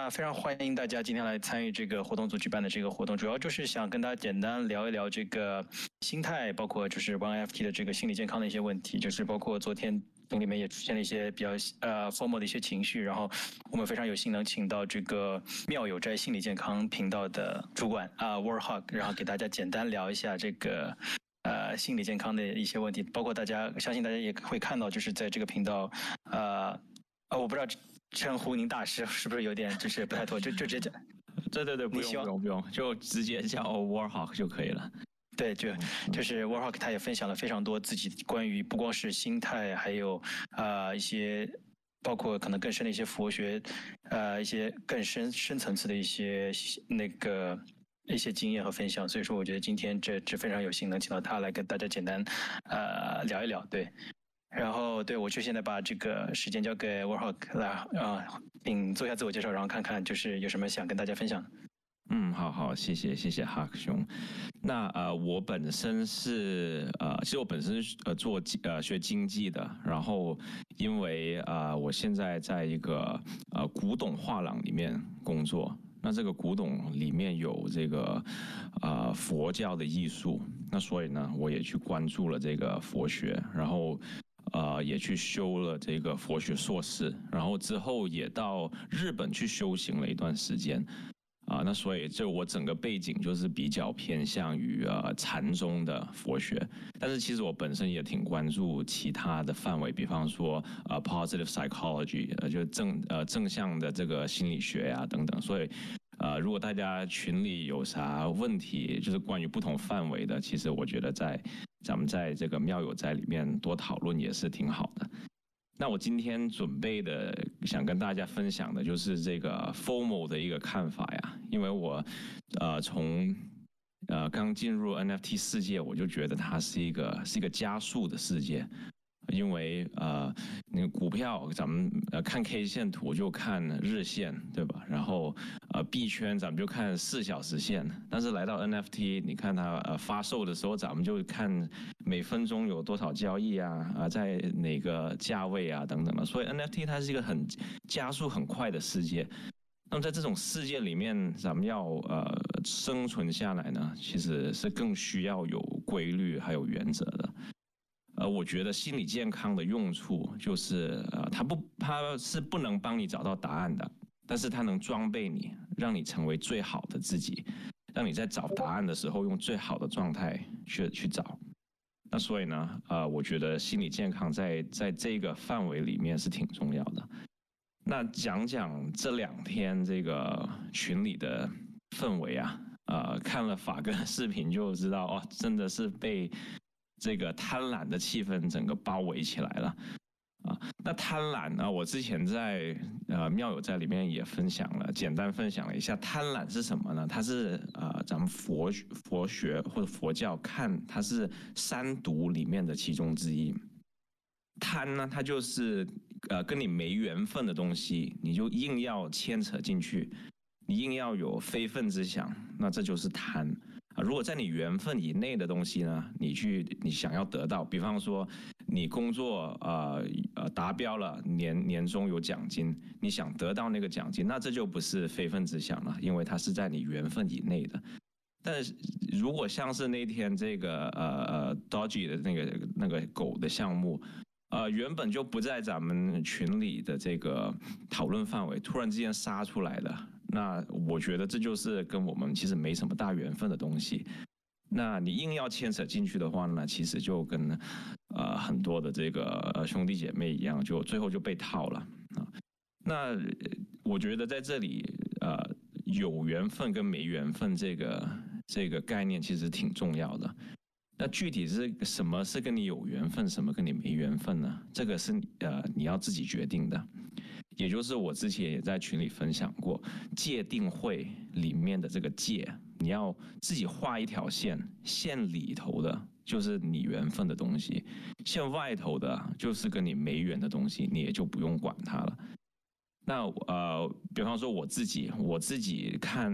那非常欢迎大家今天来参与这个活动组举办的这个活动，主要就是想跟大家简单聊一聊这个心态，包括就是玩 NFT 的这个心理健康的一些问题，就是包括昨天群里面也出现了一些比较formal 的一些情绪，然后我们非常有幸能请到这个妙有斋心理健康频道的主管Warhawk， 然后给大家简单聊一下这个心理健康的一些问题，包括相信大家也会看到，就是在这个频道我不知道称呼您大师是不是有点就是不太妥，就直接讲。 对，不用，就直接叫 Warhawk 就可以了。 对，就是 Warhawk 他也分享了非常多自己关于不光是心态，还有一些包括可能更深的一些佛学，一些更深层次的一些一些经验和分享。所以说，我觉得今天这非常有幸能请到他来跟大家简单聊一聊，对。然后对，我就现在把这个时间交给 Warhawk 来请做一下自我介绍，然后看看就是有什么想跟大家分享的。 好，谢谢 Hawk 兄。那我本身是其实我本身学经济的，然后因为我现在在一个古董画廊里面工作，那这个古董里面有这个佛教的艺术，那所以呢，我也去关注了这个佛学，然后也去修了这个佛学硕士，然后之后也到日本去修行了一段时间。那所以就我整个背景就是比较偏向于禅宗的佛学，但是其实我本身也挺关注其他的范围，比方说positive psychology，就正向的这个心理学呀等等。所以如果大家群里有啥问题，就是关于不同范围的，其实我觉得咱们在这个妙有斋里面多讨论也是挺好的。那我今天准备的想跟大家分享的就是这个 FOMO 的一个看法呀，因为我从刚进入 NFT 世界，我就觉得它是一个加速的世界。因为那个股票咱们看 K 线图就看日线，对吧？然后币圈咱们就看4小时线，但是来到 NFT， 你看它发售的时候，咱们就看每分钟有多少交易在哪个价位等等的。所以 NFT 它是一个很加速很快的世界。那么在这种世界里面，咱们要生存下来呢，其实是更需要有规律还有原则的。我觉得心理健康的用处就是它是不能帮你找到答案的，但是它能装备你，让你成为最好的自己，让你在找答案的时候用最好的状态去找。那所以呢，我觉得心理健康在这个范围里面是挺重要的。那讲这2天这个群里的氛围看了法哥的视频就知道真的是被这个贪婪的气氛整个包围起来了那贪婪呢，我之前在妙有斋里面也简单分享了一下，贪婪是什么呢？它是咱们佛学或者佛教看它是3毒里面的其中之一。贪呢，它就是跟你没缘分的东西，你就硬要牵扯进去，你硬要有非分之想，那这就是贪。如果在你缘分以内的东西呢，你想要得到，比方说你工作达标了，年终有奖金，你想得到那个奖金，那这就不是非分之想了，因为它是在你缘分以内的。但是如果像是那天这个Doji 的那个狗的项目，原本就不在咱们群里的这个讨论范围，突然之间杀出来了。那我觉得这就是跟我们其实没什么大缘分的东西。那你硬要牵扯进去的话呢，其实就跟很多的这个兄弟姐妹一样，就最后就被套了那我觉得在这里有缘分跟没缘分这个概念其实挺重要的。那具体是什么是跟你有缘分，什么跟你没缘分呢？这个是你要自己决定的。也就是我之前也在群里分享过，界定会里面的这个界，你要自己画一条线，线里头的就是你缘分的东西，线外头的就是跟你没缘的东西，你也就不用管它了。那比方说我自己看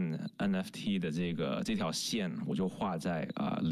NFT 的这条线，我就画在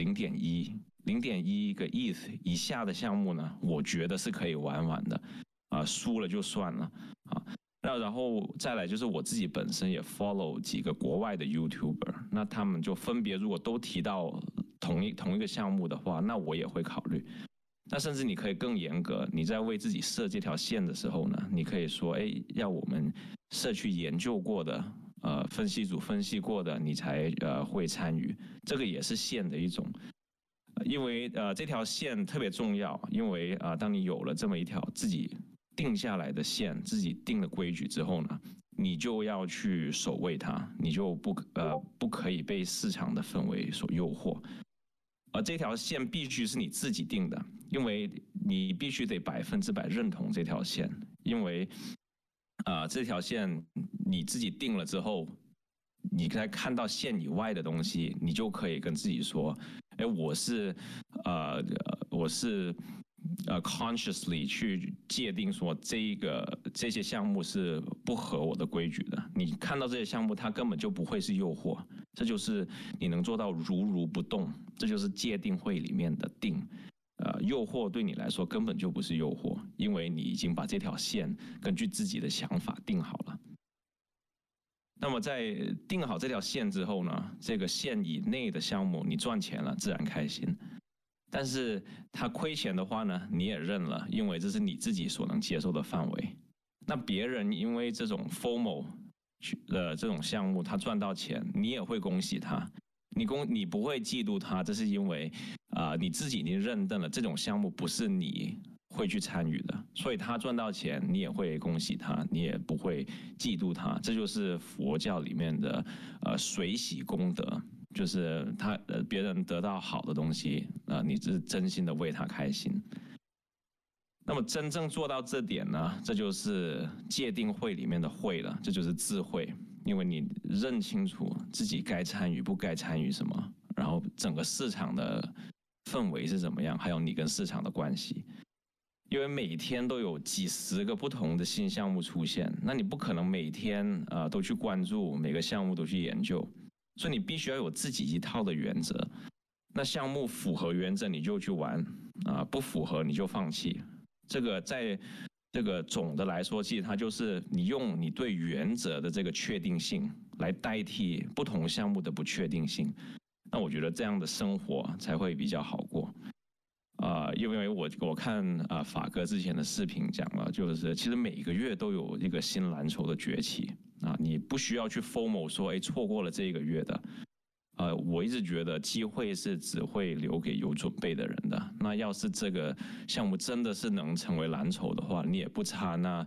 0.1个 ETH 以下的项目呢，我觉得是可以玩的输了就算了那然后再来就是我自己本身也 follow 几个国外的 YouTuber， 那他们就分别如果都提到同一个项目的话，那我也会考虑。那甚至你可以更严格，你在为自己设这条线的时候呢，你可以说，哎，要我们社区研究过的，分析组分析过的，你才会参与，这个也是线的一种。因为这条线特别重要，因为当你有了这么一条自己定下来的线，自己定的规矩之后呢，你就要去守卫它，你就不可以被市场的氛围所诱惑。而这条线必须是你自己定的，因为你必须得100%认同这条线，因为这条线你自己定了之后，你在看到线以外的东西，你就可以跟自己说，哎，我是consciously 去界定说这些项目是不合我的规矩的。你看到这些项目，它根本就不会是诱惑，这就是你能做到如不动，这就是界定会里面的定。诱惑对你来说根本就不是诱惑，因为你已经把这条线根据自己的想法定好了。那么在定好这条线之后呢，这个线以内的项目你赚钱了，自然开心。但是他亏钱的话呢，你也认了，因为这是你自己所能接受的范围。那别人因为这种 FOMO 这种项目他赚到钱，你也会恭喜他，你不会嫉妒他，这是因为你自己已经认定了这种项目不是你会去参与的，所以他赚到钱你也会恭喜他，你也不会嫉妒他。这就是佛教里面的随喜功德，就是别人得到好的东西，你是真心的为他开心。那么真正做到这点呢，这就是界定会里面的会了，这就是智慧，因为你认清楚自己该参与不该参与什么，然后整个市场的氛围是怎么样，还有你跟市场的关系。因为每天都有几十个不同的新项目出现，那你不可能每天都去关注每个项目都去研究，所以你必须要有自己一套的原则。那项目符合原则你就去玩，不符合你就放弃。这个在这个总的来说，其实它就是你用你对原则的这个确定性来代替不同项目的不确定性。那我觉得这样的生活才会比较好过。因为我看法哥之前的视频讲了，就是其实每个月都有一个新蓝筹的崛起你不需要去 FOMO 说哎错过了这个月的。我一直觉得机会是只会留给有准备的人的。那要是这个项目真的是能成为蓝筹的话，你也不差那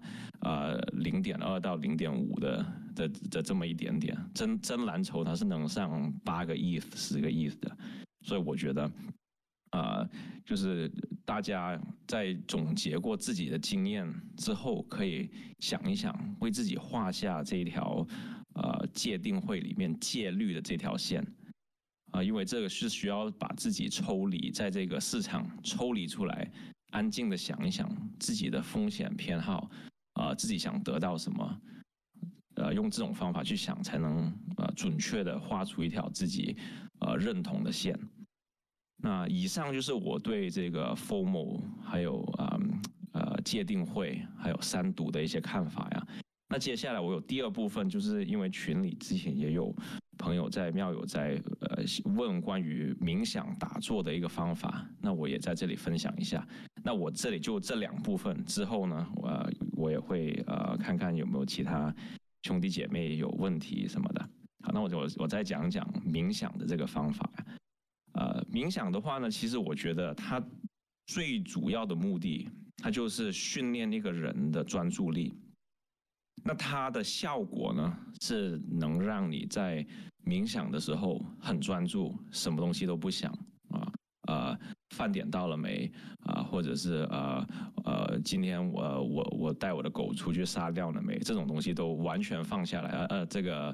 0.2到0.5的这么一点点。真蓝筹它是能上8个亿、10个亿的，所以我觉得。就是大家在总结过自己的经验之后，可以想一想，为自己画下这一条界定会里面戒律的这条线因为这个是需要把自己抽离，在这个市场抽离出来，安静的想一想自己的风险偏好自己想得到什么用这种方法去想，才能准确的画出一条自己认同的线。那以上就是我对这个 FOMO 还有界定会还有三读的一些看法呀。那接下来我有第二部分，就是因为群里之前也有朋友庙友在问关于冥想打坐的一个方法，那我也在这里分享一下。那我这里就这2部分，之后呢我也会看看有没有其他兄弟姐妹有问题什么的。好，那我再讲讲冥想的这个方法。冥想的话呢，其实我觉得它最主要的目的，它就是训练一个人的专注力。那它的效果呢，是能让你在冥想的时候很专注，什么东西都不想饭点到了没或者是今天我带我的狗出去撒尿了没，这种东西都完全放下来这个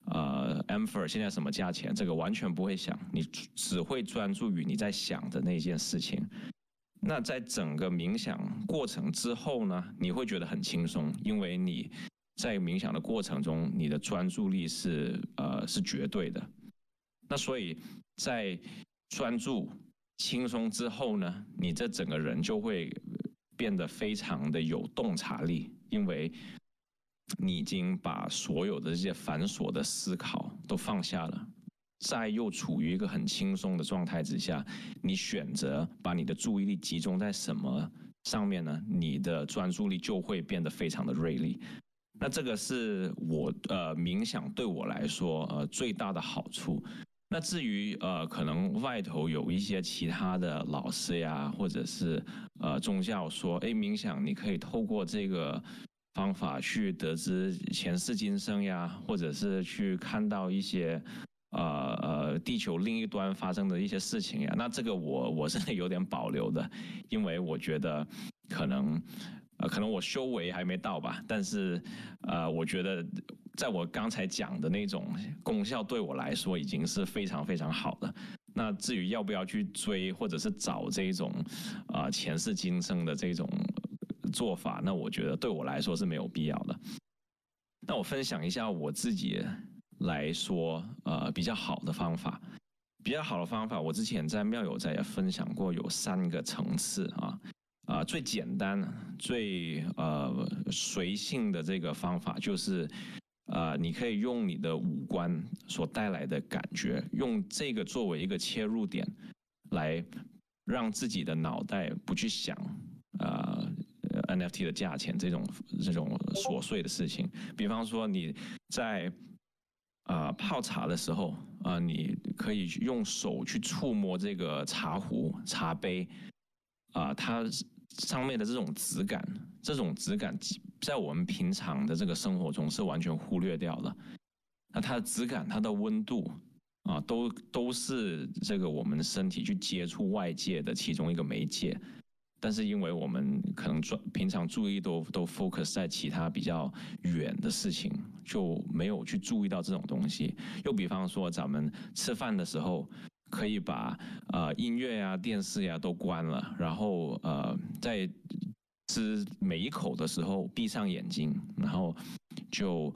amber 现在什么价钱，这个完全不会想，你只会专注于你在想的那件事情。那在整个冥想过程之后呢，你会觉得很轻松，因为你在冥想的过程中，你的专注力是绝对的。那所以在专注轻松之后呢，你这整个人就会变得非常的有洞察力，因为你已经把所有的这些繁琐的思考都放下了，在又处于一个很轻松的状态之下，你选择把你的注意力集中在什么上面呢？你的专注力就会变得非常的锐利。那这个是我冥想对我来说最大的好处。那至于可能外头有一些其他的老师呀，或者是宗教说，哎，冥想你可以透过这个方法去得知前世今生呀，或者是去看到一些地球另一端发生的一些事情呀。那这个我是有点保留的，因为我觉得可能我修为还没到吧，但是我觉得在我刚才讲的那种功效对我来说已经是非常非常好的。那至于要不要去追或者是找这种前世今生的这种做法，那我觉得对我来说是没有必要的。那我分享一下我自己来说比较好的方法。比较好的方法，我之前在妙有在也分享过，有3个层次最简单、最随性的这个方法就是你可以用你的五官所带来的感觉，用这个作为一个切入点，来让自己的脑袋不去想NFT 的价钱这种琐碎的事情。比方说你在泡茶的时候你可以用手去触摸这个茶壶、茶杯它上面的这种质感，在我们平常的这个生活中是完全忽略掉的。那它的质感、它的温度都是这个我们身体去接触外界的其中一个媒介。但是因为我们可能平常注意都 focus 在其他比较远的事情，就没有去注意到这种东西。又比方说咱们吃饭的时候，可以把音乐呀、电视呀都关了，然后在吃每一口的时候闭上眼睛，然后就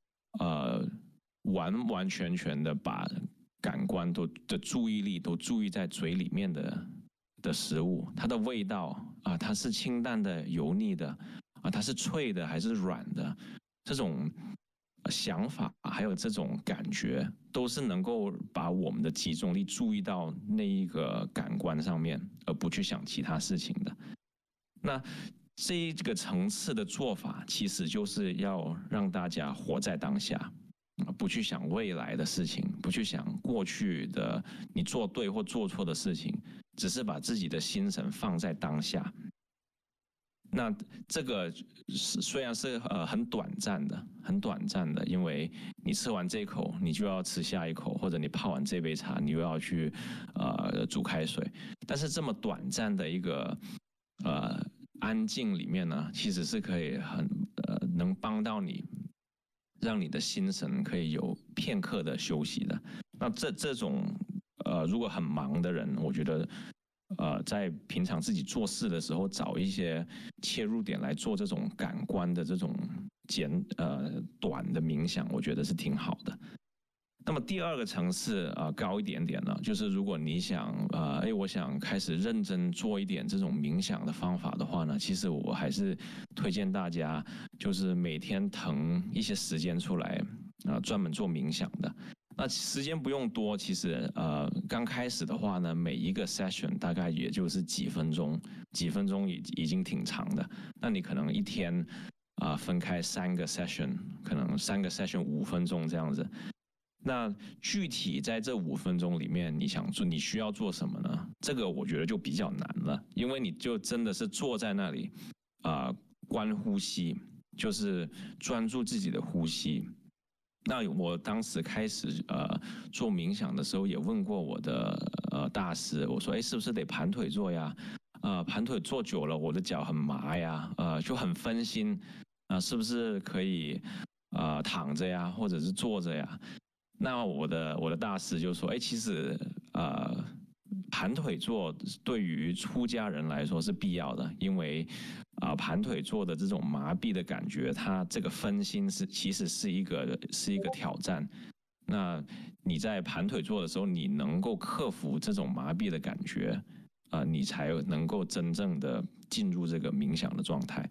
完完全全的把感官的注意力都注意在嘴里面的食物，它的味道它是清淡的、油腻的它是脆的还是软的，这种想法还有这种感觉，都是能够把我们的集中力注意到那一个感官上面，而不去想其他事情的。那这一个层次的做法，其实就是要让大家活在当下，不去想未来的事情，不去想过去的你做对或做错的事情，只是把自己的心神放在当下。那这个虽然是很短暂的，因为你吃完这一口，你就要吃下一口，或者你泡完这杯茶，你又要去煮开水。但是这么短暂的一个安静里面呢，其实是可以能帮到你，让你的心神可以有片刻的休息的。那这种如果很忙的人，我觉得在平常自己做事的时候，找一些切入点来做这种感官的这种短的冥想，我觉得是挺好的。那么第二个层次高一点点呢，就是如果你想我想开始认真做一点这种冥想的方法的话呢，其实我还是推荐大家就是每天腾一些时间出来专门做冥想的。那时间不用多，其实刚开始的话呢，每一个 session 大概也就是几分钟已经挺长的。那你可能一天分开3个 session， 可能3个 session 5分钟这样子。那具体在这5分钟里面，你需要做什么呢？这个我觉得就比较难了，因为你就真的是坐在那里观呼吸，就是专注自己的呼吸。那我当时开始做冥想的时候，也问过我的大师，我说，是不是得盘腿坐呀？盘腿坐久了，我的脚很麻呀，就很分心是不是可以躺着呀，或者是坐着呀？那我的大师就说，其实盘腿坐对于出家人来说是必要的，因为盘腿坐的这种麻痹的感觉，它这个分心其实是一个挑战。那你在盘腿坐的时候，你能够克服这种麻痹的感觉你才能够真正的进入这个冥想的状态。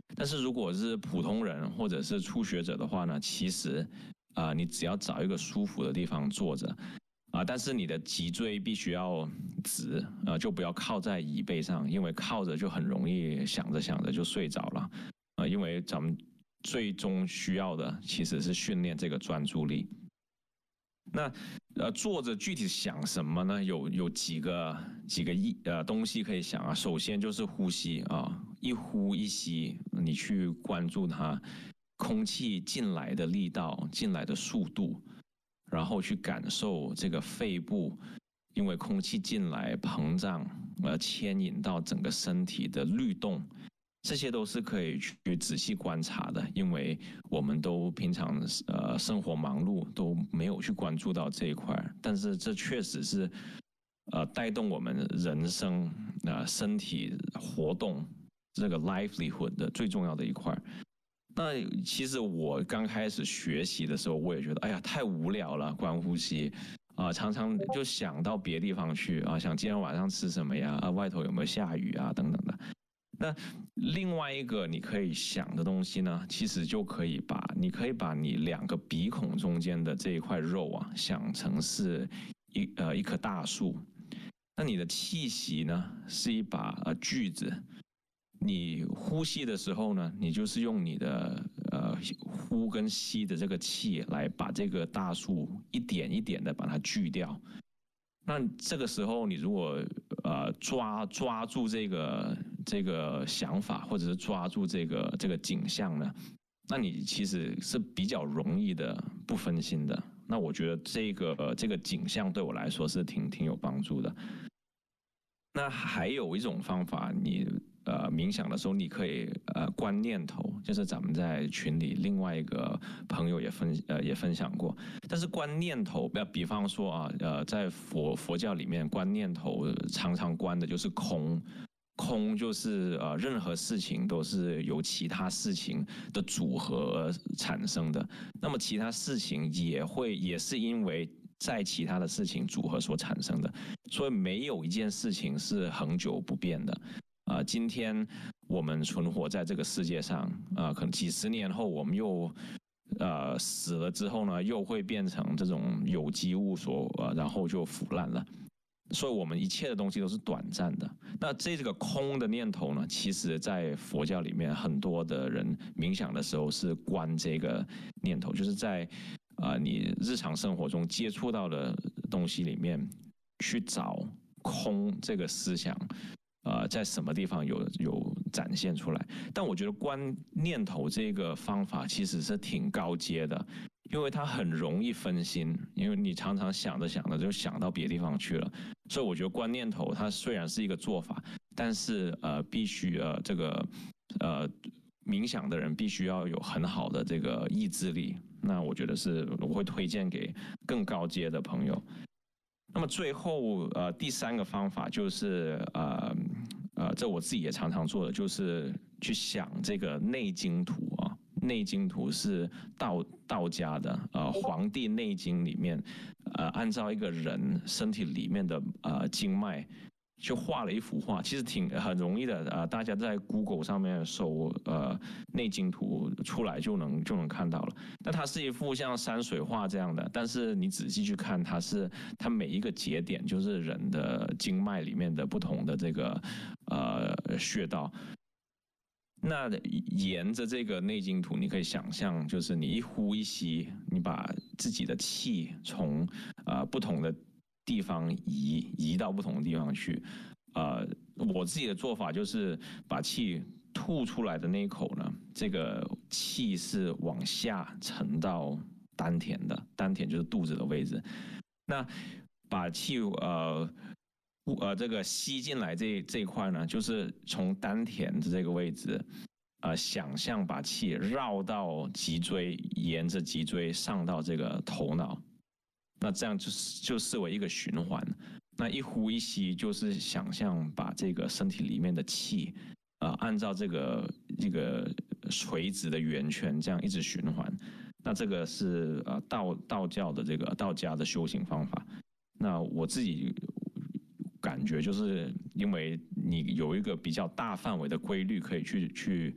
但是如果是普通人或者是初学者的话呢，其实你只要找一个舒服的地方坐着。但是你的脊椎必须要直，就不要靠在椅背上，因为靠着就很容易想着想着就睡着了，因为咱们最终需要的其实是训练这个专注力。那坐着具体想什么呢？有几个东西可以想啊。首先就是呼吸啊，一呼一吸，你去关注它空气进来的力道、进来的速度。然后去感受这个肺部，因为空气进来膨胀，牵引到整个身体的律动，这些都是可以去仔细观察的。因为我们都平常生活忙碌，都没有去关注到这一块，但是这确实是带动我们人生身体活动这个 livelihood 的最重要的一块。那其实我刚开始学习的时候，我也觉得，哎呀，太无聊了，观呼吸，常常就想到别的地方去啊，想今天晚上吃什么呀，外头有没有下雨啊，等等的。那另外一个你可以想的东西呢，其实就可以你可以把你2个鼻孔中间的这一块肉啊，想成是一棵大树，那你的气息呢，是一把锯子。你呼吸的时候呢，你就是用你的呼跟吸的这个气来把这个大树一点一点的把它锯掉。那这个时候你如果抓住这个想法，或者是抓住这个景象呢，那你其实是比较容易的不分心的。那我觉得这个景象对我来说是挺有帮助的。那还有一种方法，你冥想的时候，你可以观念头，就是咱们在群里另外一个朋友也分享过。但是观念头，比方说在佛教里面，观念头常常观的就是空。空就是任何事情都是由其他事情的组合而产生的，那么其他事情也是因为在其他的事情组合所产生的，所以没有一件事情是恒久不变的。今天我们存活在这个世界上，可能几十年后我们又死了之后呢，又会变成这种有机物然后就腐烂了。所以我们一切的东西都是短暂的。那这个空的念头呢，其实在佛教里面很多的人冥想的时候是观这个念头，就是在你日常生活中接触到的东西里面去找空这个思想，在什么地方有展现出来。但我觉得观念头这个方法其实是挺高阶的，因为它很容易分心，因为你常常想着想着就想到别的地方去了。所以我觉得观念头它虽然是一个做法，但是必须这个冥想的人必须要有很好的这个意志力。那我觉得我会推荐给更高阶的朋友。那么最后第3个方法就是这我自己也常常做的，就是去想这个内经图啊。内经图是道家的《黄帝内经》里面按照一个人身体里面的经脉就画了一幅画，其实很容易的大家在 Google 上面搜内经图出来就能看到了。那它是一幅像山水画这样的，但是你仔细去看，它每一个节点就是人的经脉里面的不同的这个穴道。那沿着这个内经图，你可以想象，就是你一呼一吸，你把自己的气从不同的地方移到不同的地方去。我自己的做法就是把气吐出来的那一口呢，这个气是往下沉到丹田的，丹田就是肚子的位置。那把气这个吸进来这一块呢，就是从丹田的这个位置，想象把气绕到脊椎，沿着脊椎上到这个头脑，那这样就视为一个循环。那一呼一吸就是想象把这个身体里面的气，按照这个垂直的圆圈这样一直循环。那这个是道教的这个道家的修行方法。那我自己感觉就是因为你有一个比较大范围的规律可以去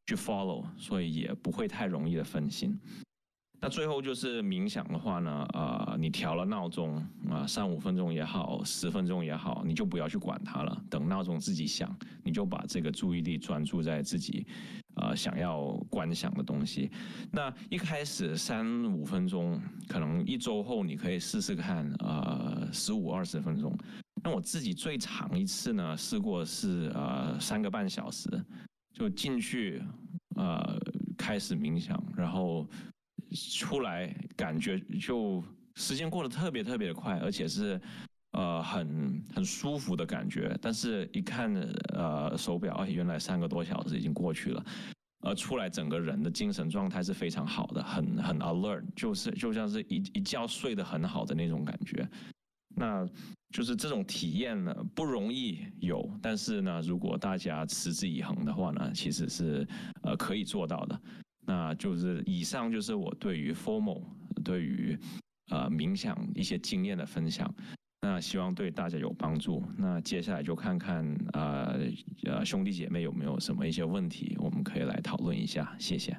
去 follow， 所以也不会太容易的分心。那最后就是冥想的话呢，你调了闹钟3-5分钟也好，10分钟也好，你就不要去管它了，等闹钟自己响，你就把这个注意力专注在自己想要观想的东西。那一开始3-5分钟，可能1周后你可以试试看15-20分钟。那我自己最长一次呢，试过是3个半小时，就进去开始冥想，然后出来感觉就时间过得特别特别的快，而且是很舒服的感觉。但是一看手表，原来3个多小时已经过去了。出来整个人的精神状态是非常好的，很 alert， 就像是一觉睡得很好的那种感觉。那就是这种体验呢不容易有，但是呢，如果大家持之以恒的话呢，其实是可以做到的。那就是以上就是我对于 FOMO 对于冥想一些经验的分享。那希望对大家有帮助。那接下来就看看兄弟姐妹有没有什么一些问题，我们可以来讨论一下。谢谢。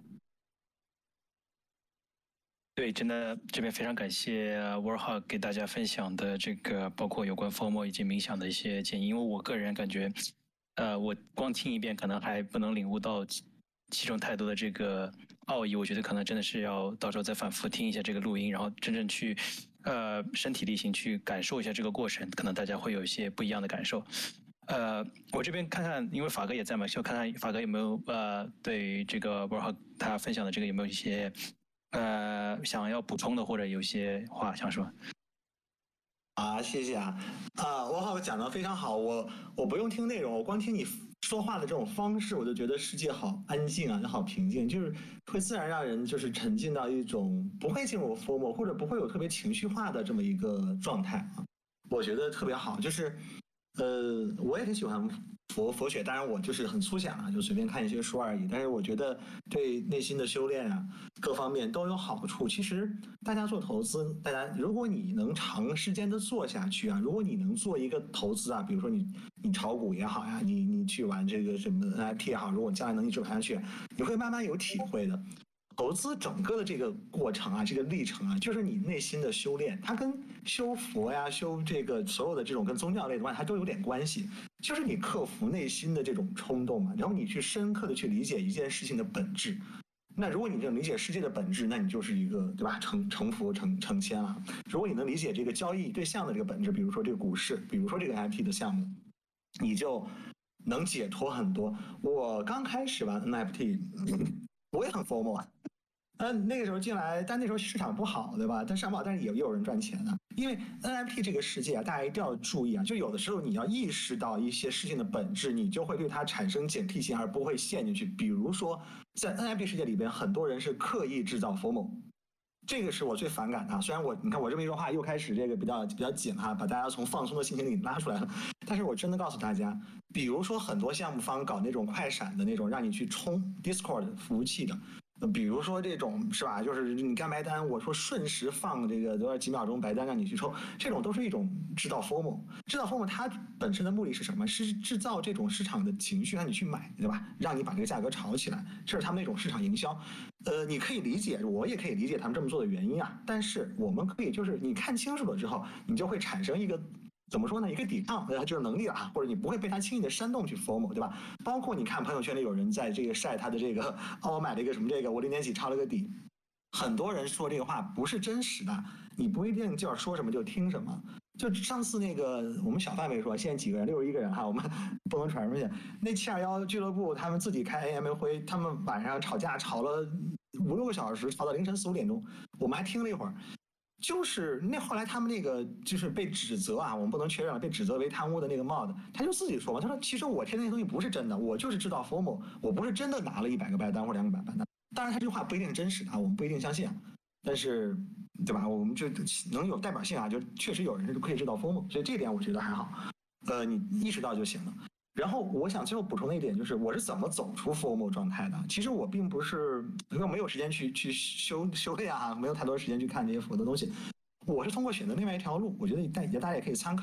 对，真的这边非常感谢 Warhawk 给大家分享的这个包括有关 FOMO 以及冥想的一些建议。因为我个人感觉，我光听一遍可能还不能领悟到其中太多的这个奥义。我觉得可能真的是要到时候再反复听一下这个录音，然后真正去身体力行去感受一下这个过程，可能大家会有一些不一样的感受。我这边看看，因为法哥也在嘛，就看看法哥有没有对于这个 Warhawk 他分享的这个有没有一些想要补充的，或者有些话想说。 谢谢Warhawk讲得非常好，我不用听内容，我光听你说话的这种方式，我就觉得世界好安静啊，好平静，就是会自然让人就是沉浸到一种不会进入 FOMO 或者不会有特别情绪化的这么一个状态啊，我觉得特别好。就是我也挺喜欢佛学，当然我就是很粗浅就随便看一些书而已。但是我觉得对内心的修炼各方面都有好处。其实大家做投资，如果你能长时间的做下去如果你能做一个投资比如说你炒股也好你去玩这个什么 NFT 也好，如果将来能一直玩下去，你会慢慢有体会的。投资整个的这个过程这个历程就是你内心的修炼，它跟修佛修这个所有的这种跟宗教类的它都有点关系。就是你克服内心的这种冲动然后你去深刻的去理解一件事情的本质。那如果你能理解世界的本质，那你就是一个对吧成佛成仙了。如果你能理解这个交易对象的这个本质，比如说这个股市，比如说这个 NFT 的项目，你就能解脱很多。我刚开始玩 NFT， 我也很 FOMO那个时候进来，但那时候市场不好，对吧？但上不好，但是也有人赚钱因为 NFT 这个世界大家一定要注意就有的时候你要意识到一些事情的本质，你就会对它产生警惕性，而不会陷进去。比如说，在 NFT 世界里边，很多人是刻意制造 FOMO， 这个是我最反感的。虽然你看我这么一说话，又开始这个比较紧把大家从放松的心情里拉出来了。但是我真的告诉大家，比如说很多项目方搞那种快闪的那种，让你去冲 Discord 服务器的。比如说这种是吧，就是你干白单，我说瞬时放这个多少几秒钟白单让你去抽，这种都是一种制造 FOMO。制造 FOMO 它本身的目的是什么？是制造这种市场的情绪让你去买，对吧？让你把这个价格炒起来，这是他们那种市场营销。你可以理解，我也可以理解他们这么做的原因但是我们可以就是你看清楚了之后，你就会产生一个怎么说呢？一个抵抗就是能力或者你不会被他轻易的煽动去 FOMO， 对吧？包括你看朋友圈里有人在这个晒他的这个我买了一个什么这个，我0点几抄了个底，很多人说这个话不是真实的，你不一定就要说什么就听什么。就上次那个我们小范围说，现在几个人，61个人我们不能传出去。那721俱乐部他们自己开 AMA 会，他们晚上吵架吵了5-6个小时，吵到凌晨4-5点钟，我们还听了一会儿。就是那后来他们那个就是被指责我们不能确认了，被指责为贪污的那个 mod， 他就自己说嘛，他说其实我贴的那东西不是真的，我就是制造 FOMO， 我不是真的拿了100个白单或者200个白单。当然他这句话不一定是真实的我们不一定相信但是对吧，我们就能有代表性就确实有人是可以制造 FOMO， 所以这点我觉得还好，你意识到就行了。然后我想最后补充的一点就是我是怎么走出 FOMO 状态的。其实我并不是因为没有时间去修炼没有太多时间去看这些佛的东西，我是通过选择另外一条路，我觉得大家也可以参考。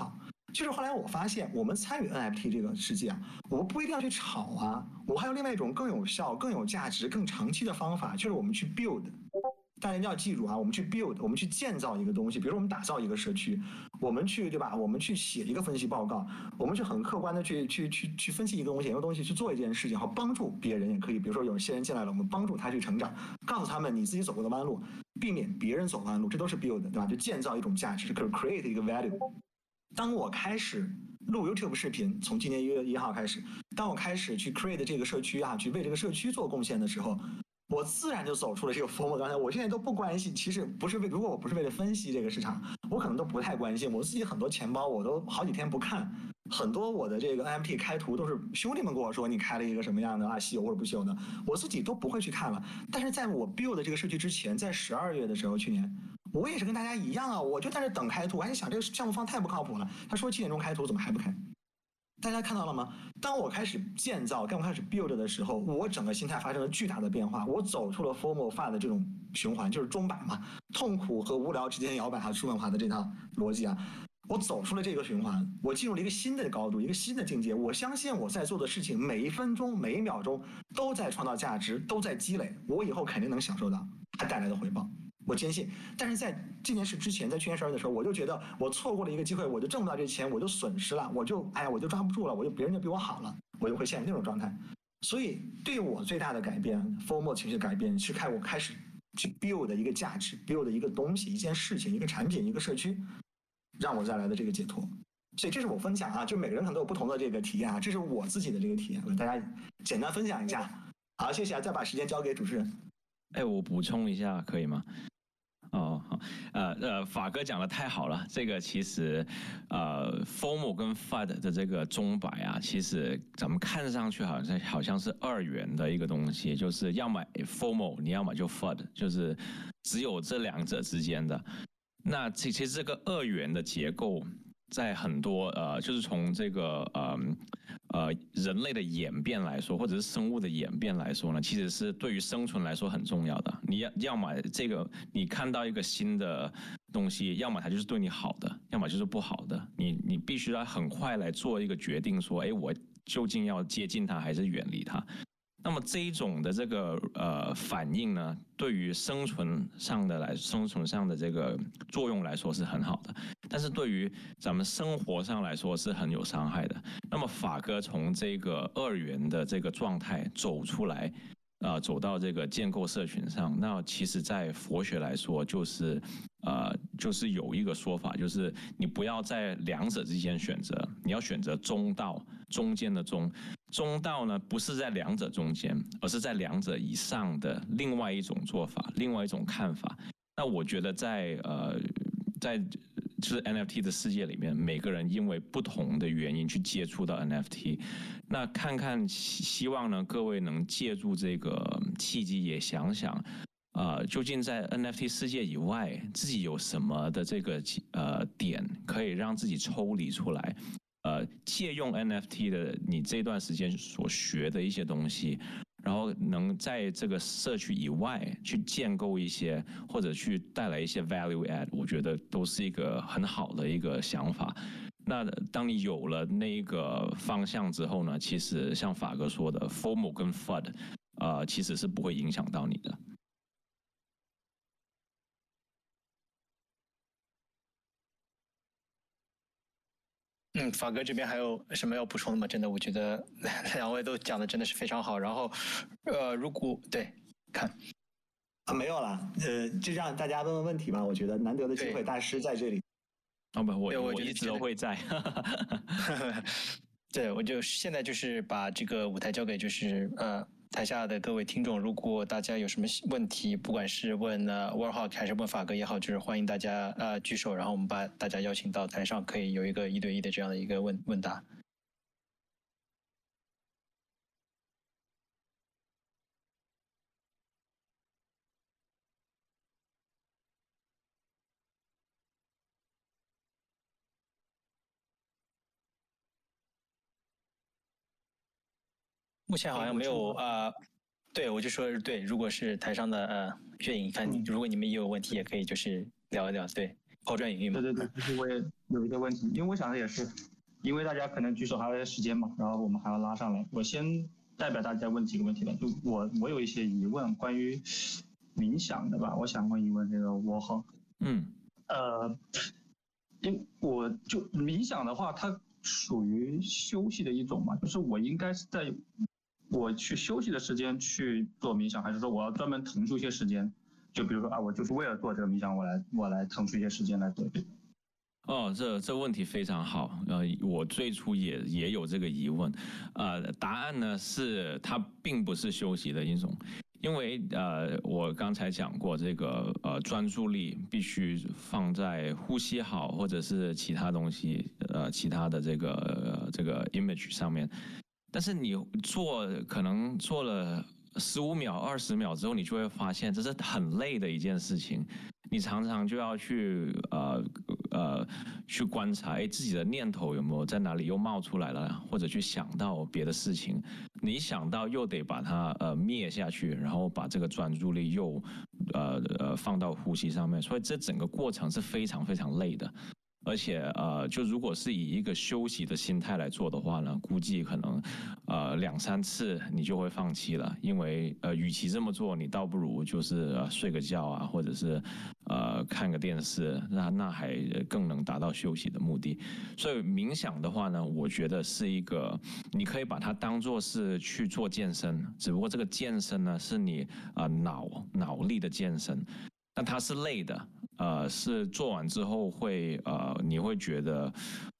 就是后来我发现，我们参与 NFT 这个世界啊，我们不一定要去炒啊，我还有另外一种更有效、更有价值、更长期的方法，就是我们去 build。大家一定要记住啊，我们去 build， 我们去建造一个东西，比如说我们打造一个社区，我们去对吧？我们去写一个分析报告，我们去很客观的去分析一个东西，研究东西，去做一件事情，好帮助别人也可以。比如说有些人进来了，我们帮助他去成长，告诉他们你自己走过的弯路，避免别人走弯路，这都是 build， 对吧？就建造一种价值，可是 create 一个 value。当我开始录 YouTube 视频，从今年1月1号开始，当我开始去 create 这个社区啊，去为这个社区做贡献的时候，我自然就走出了这个FOMO。刚才我现在都不关心，其实不是为，如果我不是为了分析这个市场，我可能都不太关心。我自己很多钱包我都好几天不看，很多我的这个 NFT 开图都是兄弟们跟我说你开了一个什么样的啊，稀有或者不稀有的，我自己都不会去看了。但是在我 build 这个社区之前，在12月的时候，去年我也是跟大家一样啊，我就在这等开图，我还想这个项目方太不靠谱了，他说7点钟开图，怎么还不开？大家看到了吗？当我开始建造，当我开始 build 的时候，我整个心态发生了巨大的变化。我走出了 FOMO 发的这种循环，就是钟摆嘛，痛苦和无聊之间摇摆，还有叔本华的这套逻辑啊。我走出了这个循环，我进入了一个新的高度，一个新的境界。我相信我在做的事情，每一分钟、每一秒钟都在创造价值，都在积累。我以后肯定能享受到它带来的回报。我坚信，但是在这件事之前，在去年12月的时候，我就觉得我错过了一个机会，我就挣不到这钱，我就损失了，我就抓不住了，别人就比我好了，我就会陷入那种状态。所以对我最大的改变 ，FOMO 情绪的改变，是我开始去 build 一个价值 ，build 一个东西、一件事情、一个产品、一个社区，让我带来的这个解脱。所以这是我分享啊，就每个人可能都有不同的这个体验啊，这是我自己的这个体验，跟大家简单分享一下。好，谢谢啊，再把时间交给主持人。 哎，我补充一下可以吗？哦，好，法哥讲的太好了。这个其实，FOMO 跟 FUD 的这个钟摆啊，其实咱们看上去好像是2元的一个东西，就是要么 FOMO， 你要么就 FUD， 就是只有这两者之间的。那其实这个2元的结构，在很多就是从这个人类的演变来说，或者是生物的演变来说呢，其实是对于生存来说很重要的。你要么这个你看到一个新的东西，要么它就是对你好的，要么就是不好的。你必须要很快来做一个决定，说，哎，我究竟要接近它还是远离它？那么这一种的这个反应呢，对于生存上的这个作用来说是很好的，但是对于咱们生活上来说是很有伤害的。那么法哥从这个2元的这个状态走出来，走到这个建构社群上，那其实在佛学来说就是有一个说法，就是你不要在两者之间选择，你要选择中道，中间的中。中道呢，不是在两者中间，而是在两者以上的另外一种做法，另外一种看法。那我觉得在就是 NFT 的世界里面，每个人因为不同的原因去接触到 NFT， 那希望呢各位能借助这个契机，也想想，究竟在 NFT 世界以外，自己有什么的这个点可以让自己抽离出来。借用 NFT 的你这段时间所学的一些东西，然后能在这个社区以外去建构一些，或者去带来一些 value add， 我觉得都是一个很好的一个想法。那当你有了那个方向之后呢，其实像法哥说的 FOMO 跟 FUD，其实是不会影响到你的。 法哥这边还有什么要补充的吗？真的，我觉得两位都讲的真的是非常好。然后，如果对看没有了，就让大家问问题吧。我觉得难得的机会，大师在这里。 不，我一直都会在。 对，我就现在就是把这个舞台交给台下的各位听众，如果大家有什么问题，不管是问Warhawk 还是问法哥也好，就是欢迎大家举手，然后我们把大家邀请到台上，可以有一个1对1的这样的一个问答。目前好像没有对，我就说对，如果是台上的月影，看如果你们也有问题，也可以就是聊一聊，对。 抛砖引玉嘛。 对对对，其实我也有一个问题，因为我想的也是，因为大家可能举手还有些时间嘛，然后我们还要拉上来，我先代表大家问几个问题吧。就我有一些疑问关于冥想的吧，我想问一问这个我好。因我就冥想的话，它属于休息的一种嘛，就是我应该是在我去休息的时间去做冥想，还是说我要专门腾出一些时间？就比如说啊，我就是为了做这个冥想，我来腾出一些时间来做这个。 哦，这问题非常好。我最初也有这个疑问。答案呢是它并不是休息的一种，因为我刚才讲过，这个专注力必须放在呼吸好，或者是其他东西其他的这个 image 上面。但是你可能做了15秒、20秒之后，你就会发现这是很累的一件事情。你常常就要去去观察，自己的念头有没有在哪里又冒出来了，或者去想到别的事情。你想到又得把它灭下去，然后把这个专注力又放到呼吸上面，所以这整个过程是非常非常累的。而且就如果是以一个休息的心态来做的话呢，估计可能2、3次你就会放弃了，因为与其这么做，你倒不如就是睡个觉啊，或者是看个电视，那还更能达到休息的目的。所以冥想的话呢，我觉得是一个，你可以把它当做是去做健身，只不过这个健身呢是你脑力的健身，但它是累的。是做完之后你会觉得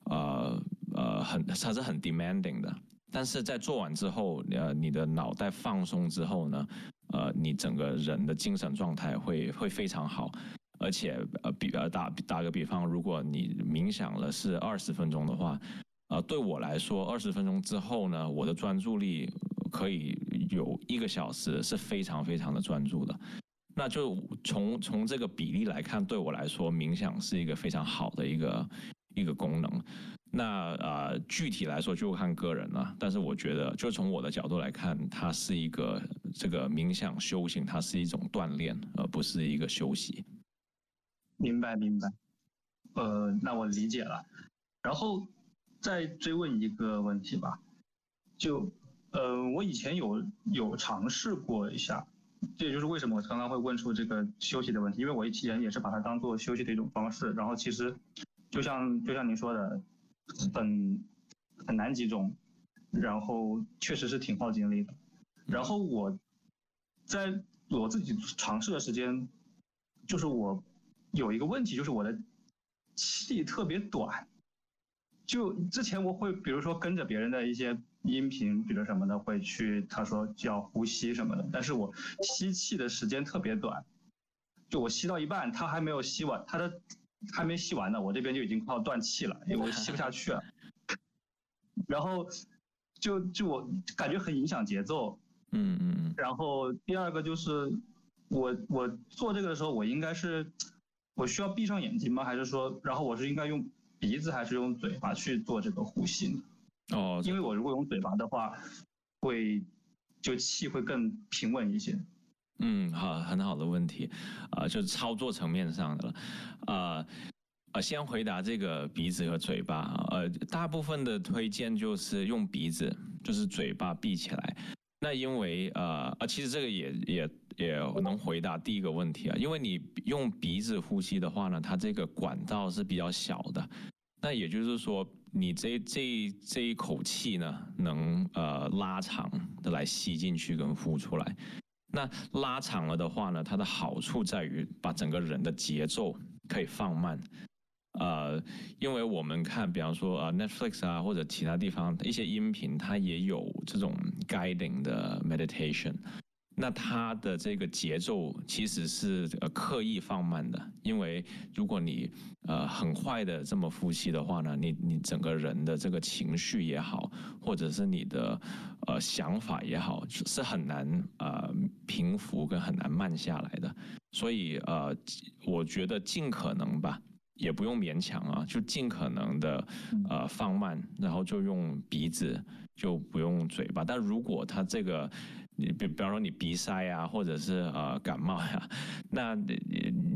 它是很 demanding 的，但是在做完之后，你的脑袋放松之后呢，你整个人的精神状态会非常好，而且打个比方，如果你冥想了是20分钟的话，对我来说20分钟之后呢，我的专注力可以有1个小时是非常非常的专注的。那就从这个比例来看，对我来说，冥想是一个非常好的一个功能。那具体来说就看个人了。但是我觉得，就从我的角度来看，它是一个这个冥想修行，它是一种锻炼，而不是一个休息。 明白。那我理解了。然后再追问一个问题吧，就我以前有尝试过一下。这也就是为什么我刚刚会问出这个休息的问题，因为我以前也是把它当做休息的一种方式。然后其实就像您说的，很难集中，然后确实是挺耗精力的。然后在我自己尝试的时间，就是我有一个问题，就是我的气特别短。就之前我会比如说跟着别人的一些音频，比如什么的，会去他说叫呼吸什么的，但是我吸气的时间特别短，就我吸到一半，他还没有吸完，他的还没吸完呢，我这边就已经快要断气了，因为我吸不下去了。然后就我感觉很影响节奏。然后第二个就是我做这个的时候，我应该是我需要闭上眼睛吗？还是说，然后我是应该用鼻子还是用嘴巴去做这个呼吸呢？因为我如果用嘴巴的话，就气会更平稳一些。 好，很好的问题，就是操作层面上的了。先回答这个鼻子和嘴巴。大部分的推荐就是用鼻子，就是嘴巴闭起来。那因为其实这个也能回答第一个问题啊，因为你用鼻子呼吸的话呢，它这个管道是比较小的。那也就是说，你这一口气呢，能拉长的来吸进去跟呼出来。那拉长了的话呢，它的好处在于把整个人的节奏可以放慢。因为我们看，比方说Netflix 啊，或者其他地方一些音频，它也有这种 guiding 的 meditation。那它的这个节奏其实是刻意放慢的，因为如果你很快的这么呼吸的话呢，你整个人的这个情绪也好，或者是你的想法也好，是很难平复跟很难慢下来的。所以我觉得尽可能吧，也不用勉强啊，就尽可能的放慢，然后就用鼻子，就不用嘴巴。但如果它这个比方说你鼻塞啊，或者是感冒呀，那你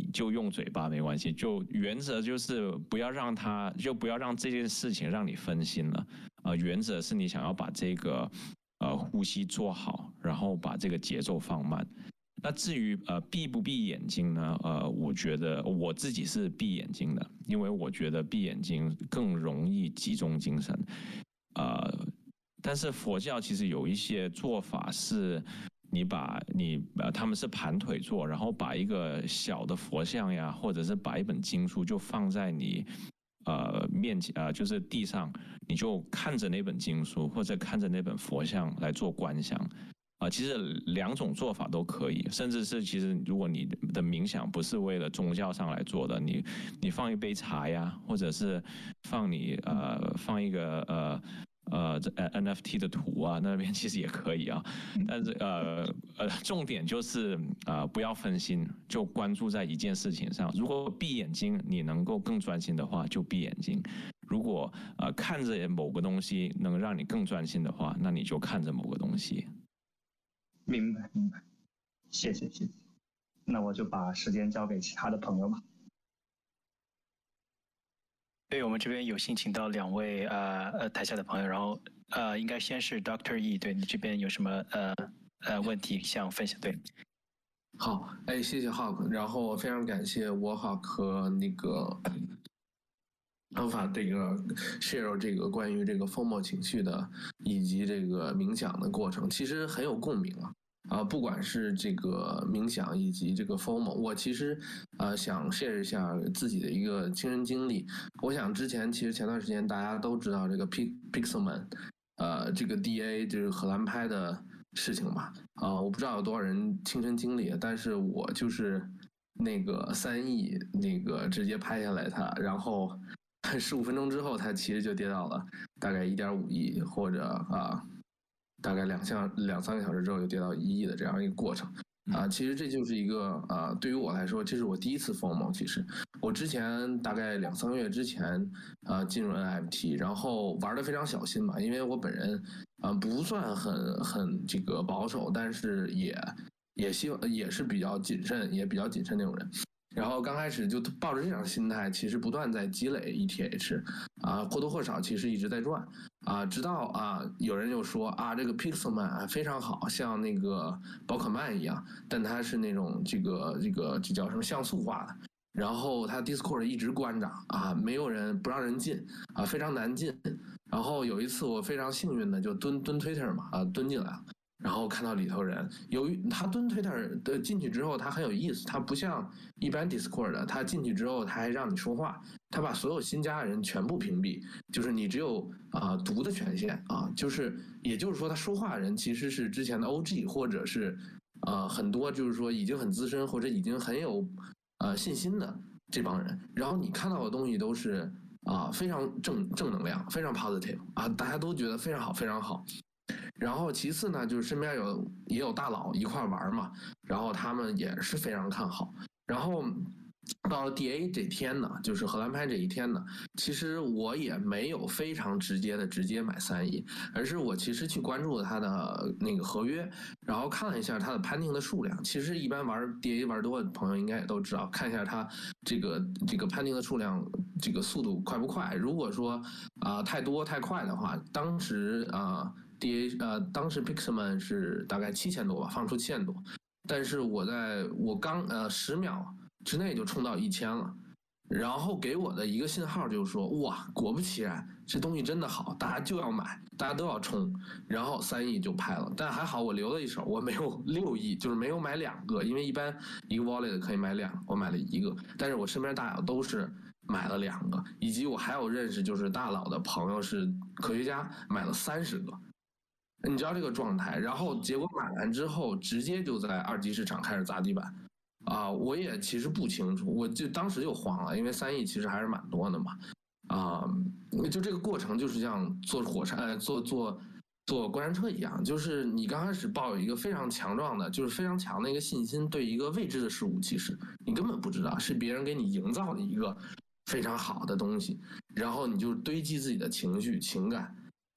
就用嘴巴没关系，就原则就是不要让这件事情让你分心了。原则是你想要把这个呼吸做好，然后把这个节奏放慢。那至于闭不闭眼睛呢？我觉得我自己是闭眼睛的，因为我觉得闭眼睛更容易集中精神。但是佛教其实有一些做法是，他们是盘腿坐，然后把一个小的佛像呀，或者是把一本经书就放在你面前就是地上，你就看着那本经书或者看着那本佛像来做观想。其实两种做法都可以，甚至是其实如果你的冥想不是为了宗教上来做的，你放一杯茶呀，或者是放一个NFT 的图啊，那边其实也可以啊。但是重点就是不要分心，就关注在一件事情上。如果闭眼睛你能够更专心的话，就闭眼睛；如果看着某个东西能让你更专心的话，那你就看着某个东西。 明白，谢谢。那我就把时间交给其他的朋友吧。 对，我们这边有幸请到2位台下的朋友，然后应该先是 Dr. E， 对你这边有什么问题想分享？对， 好，谢谢 Hawk， 然后非常感谢Warhawk和那个Alpha 这个 share 这个关于这个 FOMO 情绪的以及这个冥想的过程，其实很有共鸣不管是这个冥想以及这个 FOMO， 我其实想 share 一下自己的一个亲身经历。我想其实前段时间大家都知道这个 Pixelman， 这个 DA 就是荷兰拍的事情吧。我不知道有多少人亲身经历，但是我就是那个3亿那个直接拍下来它，然后15分钟之后它其实就跌到了大概1.5亿，或者大概2-3个小时之后就跌到1亿的这样一个过程。其实这就是一个对于我来说，这是我第一次 FOMO。其实我之前大概2-3个月之前进入 NFT， 然后玩得非常小心嘛，因为我本人不算很这个保守，但是也希望也是比较谨慎那种人。然后刚开始就抱着这样的心态，其实不断在积累 ETH， 或多或少其实一直在赚直到有人又说这个 Pixelman 非常好，像那个宝可曼一样，但它是那种这叫什么像素化的，然后它 Discord 一直关着没有人，不让人进非常难进。然后有一次我非常幸运的就蹲 Twitter 嘛蹲进来了。然后看到里头人，由于他蹲 Twitter 的进去之后，他很有意思，他不像一般 Discord 的，他进去之后他还让你说话，他把所有新加的人全部屏蔽，就是你只有读的权限也就是说他说话的人其实是之前的 OG 或者是很多就是说已经很资深或者已经很有信心的这帮人，然后你看到的东西都是非常正能量，非常 positive 大家都觉得非常好非常好。然后其次呢，就是身边也有大佬一块玩嘛，然后他们也是非常看好。然后到了 DA 这天呢，就是荷兰拍这一天呢，其实我也没有非常直接买3亿，而是我其实去关注了他的那个合约，然后看了一下他的判定的数量。其实一般玩 DA 玩多的朋友应该也都知道，看一下他这个判定的数量，这个速度快不快。如果说太多太快的话，当时当时 Pixelman 是大概7000多吧，放出7000多，但是我刚10秒之内就冲到1000了，然后给我的一个信号就是说，哇，果不其然，这东西真的好，大家就要买，大家都要冲，然后3亿就拍了。但还好我留了一手，我没有6亿，就是没有买2个，因为一般一个 wallet 可以买2个，我买了1个，但是我身边大佬都是买了2个，以及我还有认识就是大佬的朋友是科学家，买了30个。你知道这个状态，然后结果买完之后，直接就在2级市场开始砸地板，我也其实不清楚，我就当时就慌了，因为3亿其实还是蛮多的嘛，就这个过程就是像坐火车，坐过山车一样，就是你刚开始抱有一个非常强壮的，就是非常强的一个信心，对一个未知的事物，其实你根本不知道，是别人给你营造的一个非常好的东西，然后你就堆积自己的情绪情感。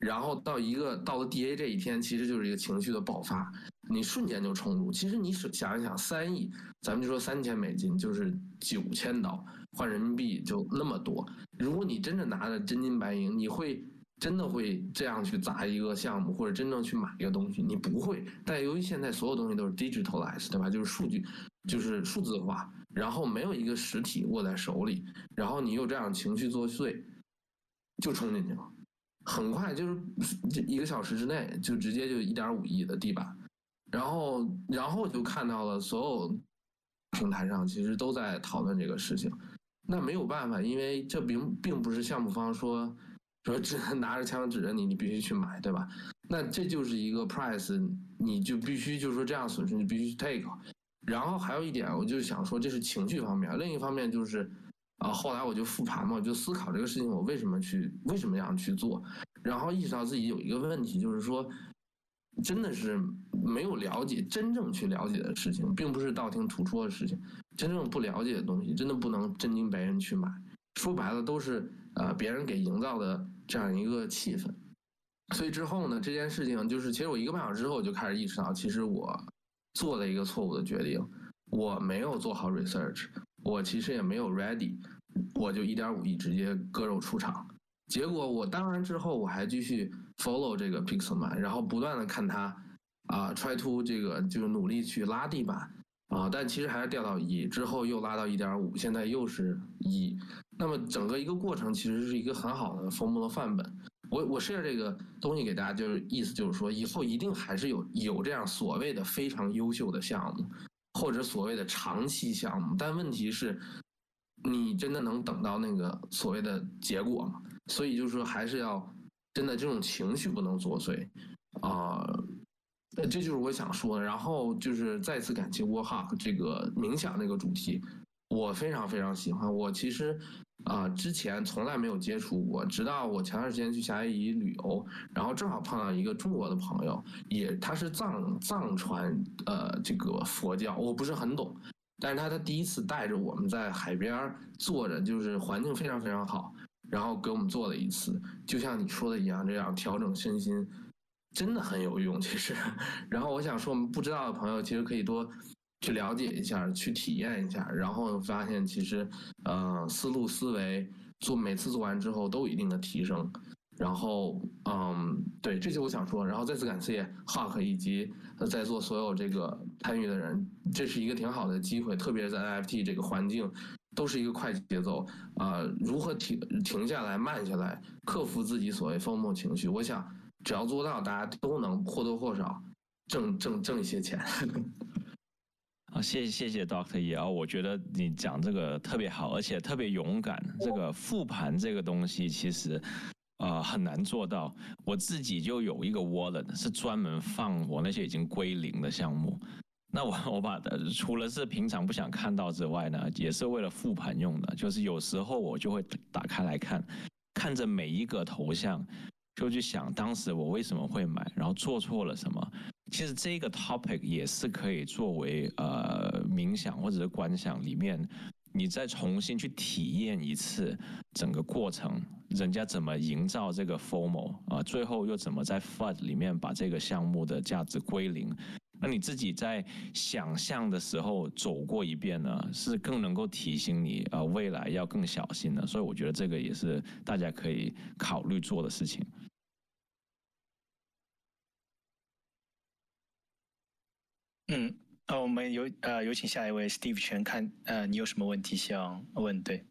然后到了 DA 这一天，其实就是一个情绪的爆发，你瞬间就冲入。其实你想一想，3亿，咱们就说$3000，就是9000刀，换人民币就那么多。如果你真的拿着真金白银，你会真的会这样去砸一个项目，或者真正去买一个东西？你不会。但由于现在所有东西都是 digitalize， 对吧？就是数据，就是数字化，然后没有一个实体握在手里，然后你有这样情绪作祟，就冲进去了。很快就是1个小时之内就直接就1.5亿的地板，然后就看到了所有平台上其实都在讨论这个事情。那没有办法，因为这并不是项目方说只能拿着枪指着你必须去买，对吧？那这就是一个 price， 你就必须就是说这样损失你必须去 take。然后还有一点，我就是想说这是情绪方面，另一方面就是后来我就复盘嘛，我就思考这个事情我为什么这样去做，然后意识到自己有一个问题，就是说真的是没有真正去了解的事情，并不是道听途说的事情，真正不了解的东西真的不能真金白银去买，说白了都是别人给营造的这样一个气氛。所以之后呢，这件事情就是其实我1个半小时之后我就开始意识到，其实我做了一个错误的决定，我没有做好 research， 我其实也没有 ready， 我就1.5亿直接割肉出场。结果我当然之后我还继续 follow 这个 Pixelman， 然后不断的看他try to 这个就是努力去拉地板但其实还是掉到1亿，之后又拉到1.5，现在又是1亿。那么整个一个过程其实是一个很好的FOMO的范本。我 share 这个东西给大家，就是意思就是说，以后一定还是有这样所谓的非常优秀的项目，或者所谓的长期项目，但问题是，你真的能等到那个所谓的结果吗？所以就是说，还是要真的这种情绪不能作祟这就是我想说的。然后就是再次感谢 Warhawk 这个冥想这个主题，我非常非常喜欢。我其实之前从来没有接触过，直到我前段时间去夏威夷旅游，然后正好碰到一个中国的朋友，他是藏传这个佛教，我不是很懂，但是他第一次带着我们在海边坐着，就是环境非常非常好，然后给我们做了一次，就像你说的一样，这样调整身心真的很有用，其实。然后我想说，我们不知道的朋友其实可以多去了解一下，去体验一下，然后发现其实思路思维每次做完之后都有一定的提升。然后对，这就是我想说。然后再次感谢 Hawk 以及在座所有这个参与的人，这是一个挺好的机会，特别是在 NFT 这个环境都是一个快节奏如何停下来慢下来，克服自己所谓FOMO情绪，我想只要做到，大家都能或多或少挣一些钱。 谢谢 Dr. Ye， 我觉得你讲这个特别好，而且特别勇敢。这个复盘这个东西其实很难做到。我自己就有一个 wallet 是专门放我那些已经归零的项目。那我把除了是平常不想看到之外呢，也是为了复盘用的。就是有时候我就会打开来看着每一个头像，就去想当时我为什么会买，然后做错了什么。其实这个 topic 也是可以作为冥想或者是观想里面，你再重新去体验一次整个过程，人家怎么营造这个 FOMO 最后又怎么在 FUD 里面把这个项目的价值归零。那你自己在想象的时候走过一遍呢，是更能够提醒你未来要更小心的。所以我觉得这个也是大家可以考虑做的事情。 我们有请下一位 Steve 全看你有什么问题想问？对，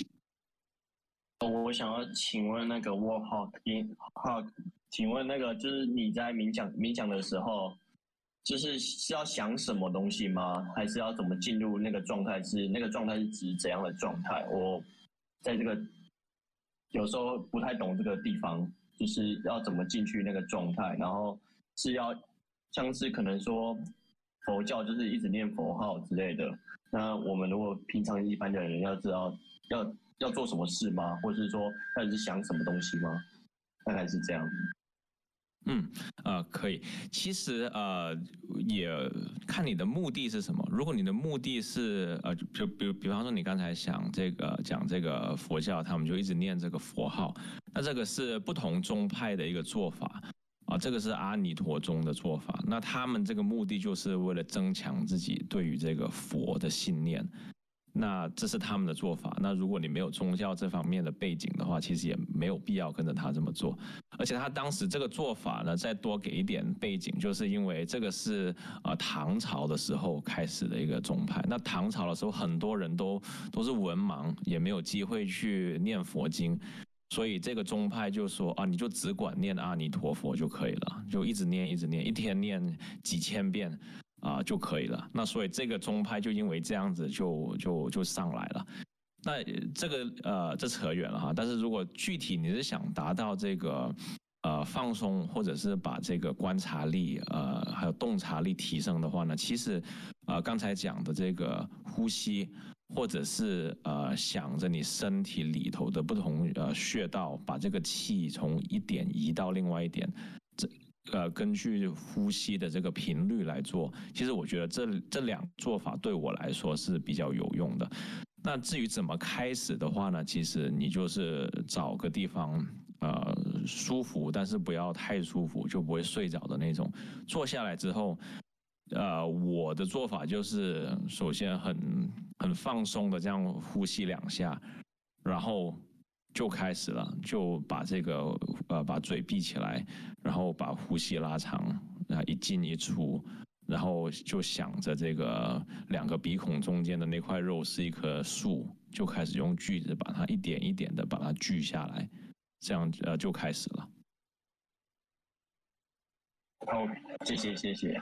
我想要请问那个 Warhawk， 请问那个就是你在冥想的时候，就是要想什么东西吗？还是要怎么进入那个状态？那个状态是指怎样的状态？我在这个有时候不太懂这个地方，就是要怎么进去那个状态，然后是要像是可能说佛教就是一直念佛号之类的。那我们如果平常一般的人要知道要做什么事吗？或者是说到底是想什么东西吗？大概是这样。 可以。其实也看你的目的是什么。如果你的目的是就比方说你刚才讲这个佛教，他们就一直念这个佛号，那这个是不同宗派的一个做法这个是阿弥陀宗的做法。那他们这个目的就是为了增强自己对于这个佛的信念。那这是他们的做法。那如果你没有宗教这方面的背景的话，其实也没有必要跟着他这么做。而且他当时这个做法呢，再多给一点背景，就是因为这个是唐朝的时候开始的一个宗派。那唐朝的时候，很多人都是文盲，也没有机会去念佛经，所以这个宗派就说你就只管念阿弥陀佛就可以了，就一直念，一天念几千遍。就可以了。那所以这个宗派就因为这样子就上来了。那这个这扯远了哈。但是如果具体你是想达到这个放松，或者是把这个观察力还有洞察力提升的话呢，其实刚才讲的这个呼吸，或者是想着你身体里头的不同穴道，把这个气从一点移到另外一点，根据呼吸的这个频率来做。其实我觉得这两做法对我来说是比较有用的。那至于怎么开始的话呢，其实你就是找个地方舒服，但是不要太舒服，就不会睡着的那种。坐下来之后我的做法就是首先很放松的这样呼吸2下，然后就开始了，就把这个把嘴闭起来，然后把呼吸拉长，一进一出，然后就想着这个2个鼻孔中间的那块肉是一棵树，就开始用锯子把它一点一点的把它锯下来，这样就开始了。 好，谢谢。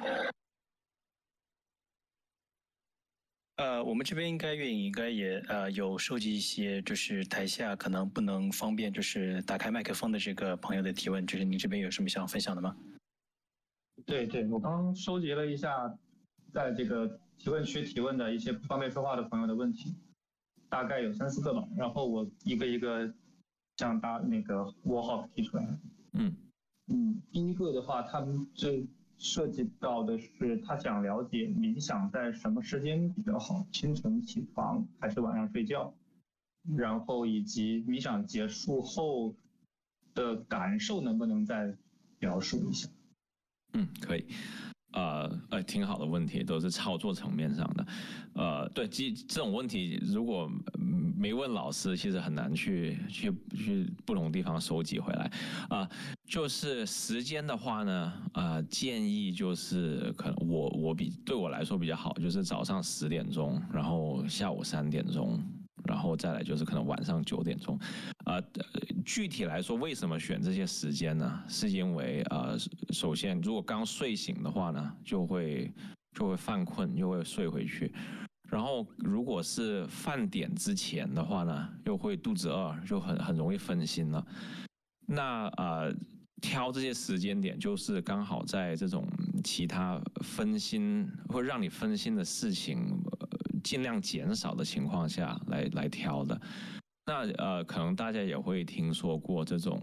我们这边应该也有收集一些，就是台下可能不能方便就是打开麦克风的这个朋友的提问，就是您这边有什么想分享的吗？ 对，我刚刚收集了一下在这个提问区提问的一些不方便说话的朋友的问题，大概有3、4个吧，然后我一个一个向那个 Warhawk 提出来。第一个的话，他们这涉及到的是他想了解冥想在什么时间比较好，清晨起床还是晚上睡觉，然后以及冥想结束后的感受能不能再描述一下？ 可以。挺好的问题，都是操作层面上的。对，这种问题如果没问老师，其实很难去不同地方收集回来。就是时间的话呢，建议就是可能对我来说比较好，就是早上10点钟，然后下午3点钟。然后再来就是可能晚上9点钟，具体来说为什么选这些时间呢？是因为首先如果刚睡醒的话呢，就会犯困，又会睡回去。然后如果是饭点之前的话呢，又会肚子饿，就很容易分心了。那挑这些时间点，就是刚好在这种其他分心会让你分心的事情尽量减少的情况下来挑的。那可能大家也会听说过这种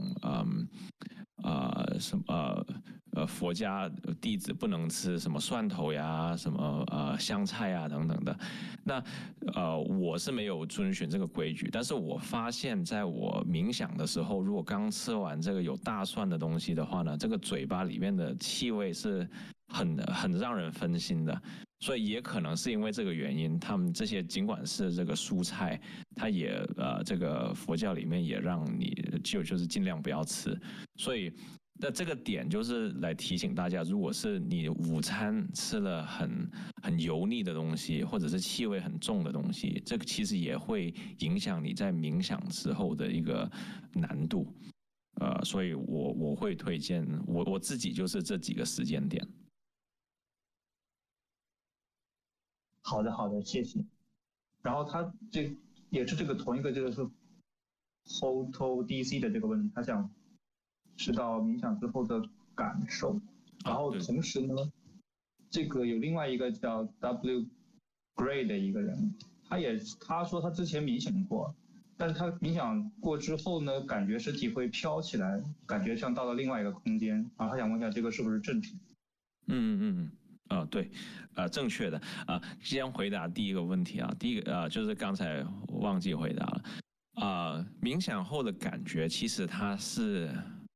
佛家弟子不能吃什么蒜头呀、什么香菜呀等等的。那我是没有遵循这个规矩，但是我发现在我冥想的时候，如果刚吃完这个有大蒜的东西的话呢，这个嘴巴里面的气味是很让人分心的。所以也可能是因为这个原因，他们这些尽管是这个蔬菜，它也这个佛教里面也让你就是尽量不要吃。所以那这个点就是来提醒大家，如果是你午餐吃了很油腻的东西，或者是气味很重的东西，这个其实也会影响你在冥想之后的一个难度。所以我会推荐我自己就是这几个时间点。 好的，谢谢。然后他也是这个同一个就是 Hoto DC 的这个问题，他想知道冥想之后的感受。然后同时呢，这个有另外一个叫 W Gray 的一个人，他说他之前冥想过， 但是他冥想过之后呢，感觉身体会飘起来，感觉像到了另外一个空间。然后他想问一下，这个是不是正确？ 对，正确的。先回答第一个问题啊，第一个就是刚才忘记回答了。冥想后的感觉其实它是